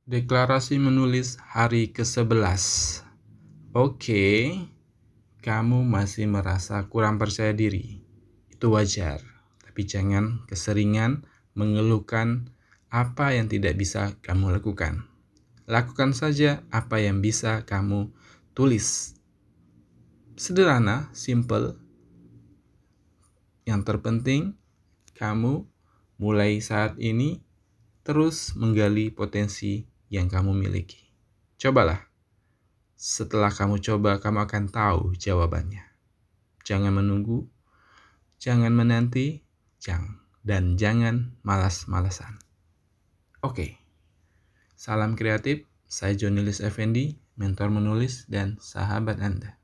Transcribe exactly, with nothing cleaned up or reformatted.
Deklarasi menulis hari kesebelas. Oke, kamu masih merasa kurang percaya diri. Itu wajar, tapi jangan keseringan mengeluhkan apa yang tidak bisa kamu lakukan. Lakukan saja apa yang bisa kamu tulis. Sederhana, simple. Yang terpenting, kamu mulai saat ini terus menggali potensi yang kamu miliki. Cobalah. Setelah kamu coba, kamu akan tahu jawabannya. Jangan menunggu, jangan menanti, jangan, dan jangan malas-malasan. Oke, salam kreatif. Saya Jonilis Effendi, mentor menulis dan sahabat Anda.